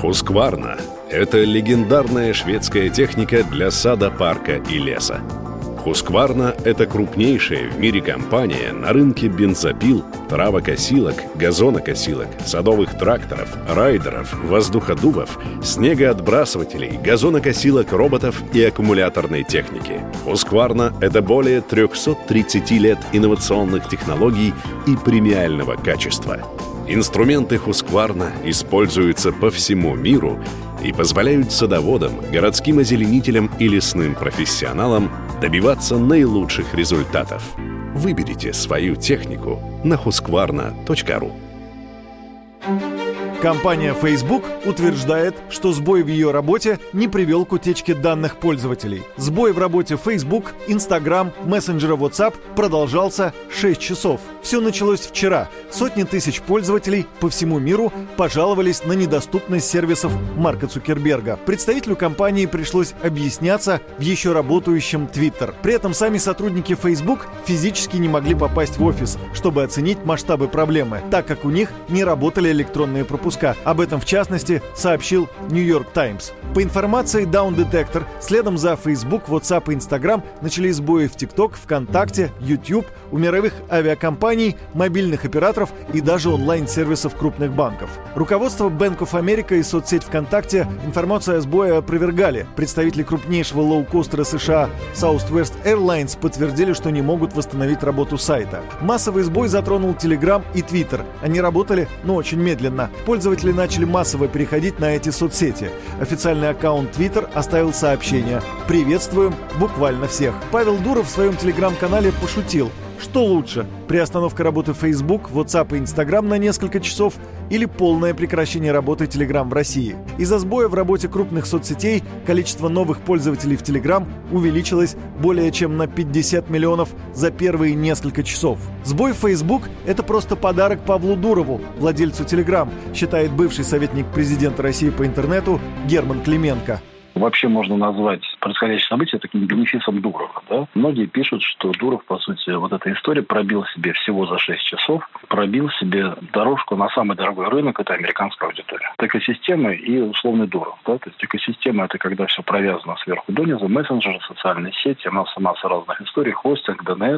Husqvarna – это легендарная шведская техника для сада, парка и леса. Husqvarna – это крупнейшая в мире компания на рынке бензопил, травокосилок, газонокосилок, садовых тракторов, райдеров, воздуходувов, снегоотбрасывателей, газонокосилок, роботов и аккумуляторной техники. Husqvarna – это более 330 лет инновационных технологий и премиального качества. Инструменты Husqvarna используются по всему миру и позволяют садоводам, городским озеленителям и лесным профессионалам добиваться наилучших результатов. Выберите свою технику на husqvarna.ru. Компания Facebook утверждает, что сбой в ее работе не привел к утечке данных пользователей. Сбой в работе Facebook, Instagram, мессенджера WhatsApp продолжался 6 часов. Все началось вчера. Сотни тысяч пользователей по всему миру пожаловались на недоступность сервисов Марка Цукерберга. Представителю компании пришлось объясняться в еще работающем Twitter. При этом сами сотрудники Facebook физически не могли попасть в офис, чтобы оценить масштабы проблемы, так как у них не работали электронные пропуска. Об этом, в частности, сообщил New York Times. По информации Down Detector, следом за Facebook, WhatsApp и Instagram начались сбои в TikTok, ВКонтакте, YouTube, у мировых авиакомпаний, мобильных операторов и даже онлайн-сервисов крупных банков. Руководство Bank of America и соцсеть ВКонтакте информацию о сбое опровергали. Представители крупнейшего лоукостера США Southwest Airlines подтвердили, что не могут восстановить работу сайта. Массовый сбой затронул Telegram и Twitter. Они работали, но очень медленно. Пользователи начали массово переходить на эти соцсети. Официальный аккаунт Twitter оставил сообщение: «Приветствуем буквально всех». Павел Дуров в своем телеграм-канале пошутил: что лучше, приостановка работы Facebook, WhatsApp и Instagram на несколько часов или полное прекращение работы Telegram в России? Из-за сбоя в работе крупных соцсетей количество новых пользователей в Telegram увеличилось более чем на 50 миллионов за первые несколько часов. Сбой в Facebook – это просто подарок Павлу Дурову, владельцу Telegram, считает бывший советник президента России по интернету Герман Клименко. Вообще можно назвать происходящее событие таким бенефисом Дурова. Да? Многие пишут, что Дуров, по сути, вот эта история пробил себе всего за 6 часов, пробил себе дорожку на самый дорогой рынок, это американская аудитория. Это экосистема и условный Дуров. Да? То есть экосистема – это когда все провязано сверху донизу, мессенджеры, социальные сети, масса разных историй, хостинг, DNS.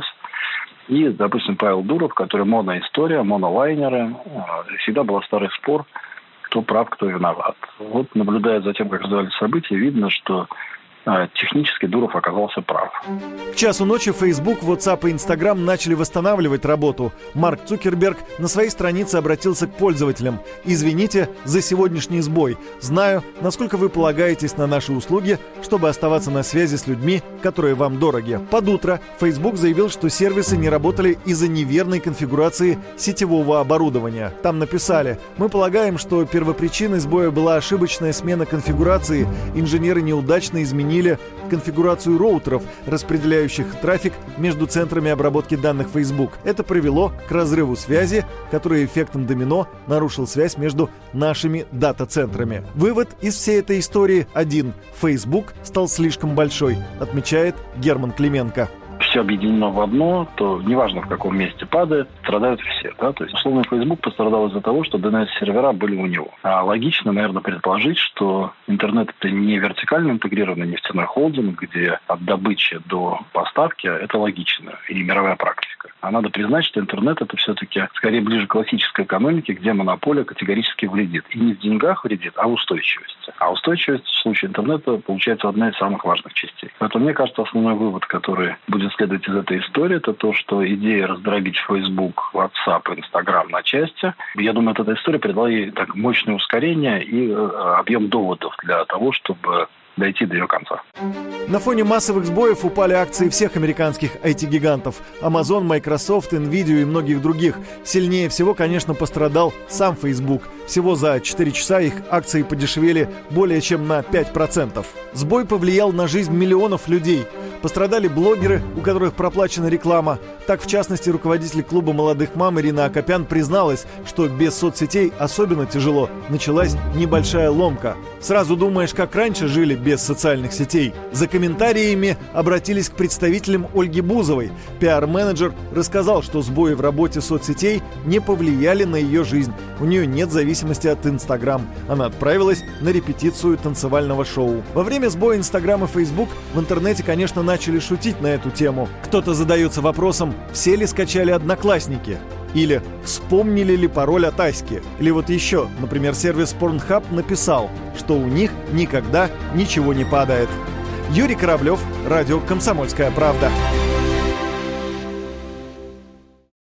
И, допустим, Павел Дуров, который моноистория, монолайнеры, всегда был старый спор, кто прав, кто виноват. Вот, наблюдая за тем, как развивались события, видно, что технически Дуров оказался прав. К часу ночи Facebook, WhatsApp и Instagram начали восстанавливать работу. Марк Цукерберг на своей странице обратился к пользователям: «Извините за сегодняшний сбой. Знаю, насколько вы полагаетесь на наши услуги, чтобы оставаться на связи с людьми, которые вам дороги». Под утро Facebook заявил, что сервисы не работали из-за неверной конфигурации сетевого оборудования. Там написали: «Мы полагаем, что первопричиной сбоя была ошибочная смена конфигурации. Инженеры неудачно изменили конфигурацию роутеров, распределяющих трафик между центрами обработки данных Facebook. Это привело к разрыву связи, который эффектом домино нарушил связь между нашими дата-центрами». Вывод из всей этой истории один: Facebook стал слишком большой, отмечает Герман Клименко. Все объединено в одно, то неважно, в каком месте падает, страдают все. Да? То есть, условно, Facebook пострадал из-за того, что DNS-сервера были у него. А логично, наверное, предположить, что интернет – это не вертикально интегрированный нефтяной холдинг, где от добычи до поставки – это логично, и мировая практика. А надо признать, что интернет – это все-таки скорее ближе к классической экономике, где монополия категорически вредит. И не в деньгах вредит, а в устойчивости. А устойчивость в случае интернета получается одна из самых важных частей. Поэтому, мне кажется, основной вывод, который будет следовать из этой истории, это то, что идея раздробить Facebook, WhatsApp и Instagram на части, я думаю, эта история придала ей так мощное ускорение и объем доводов для того, чтобы дойти до ее конца. На фоне массовых сбоев упали акции всех американских IT-гигантов: Amazon, Microsoft, Nvidia и многих других. Сильнее всего, конечно, пострадал сам Facebook. Всего за 4 часа их акции подешевели более чем на 5%. Сбой повлиял на жизнь миллионов людей. Пострадали блогеры, у которых проплачена реклама. Так, в частности, руководитель клуба молодых мам Ирина Акопян призналась, что без соцсетей особенно тяжело. Началась небольшая ломка. Сразу думаешь, как раньше жили без социальных сетей. За комментариями обратились к представителям Ольги Бузовой. Пиар-менеджер рассказал, что сбои в работе соцсетей не повлияли на ее жизнь. У нее нет зависимости от Инстаграм. Она отправилась на репетицию танцевального шоу. Во время сбоя Инстаграм и Фейсбук в интернете, конечно, начали шутить на эту тему. Кто-то задается вопросом, все ли скачали Одноклассники? Или вспомнили ли пароль от Аськи? Или вот еще, например, сервис Pornhub написал, что у них никогда ничего не падает. Юрий Кораблев, радио «Комсомольская правда».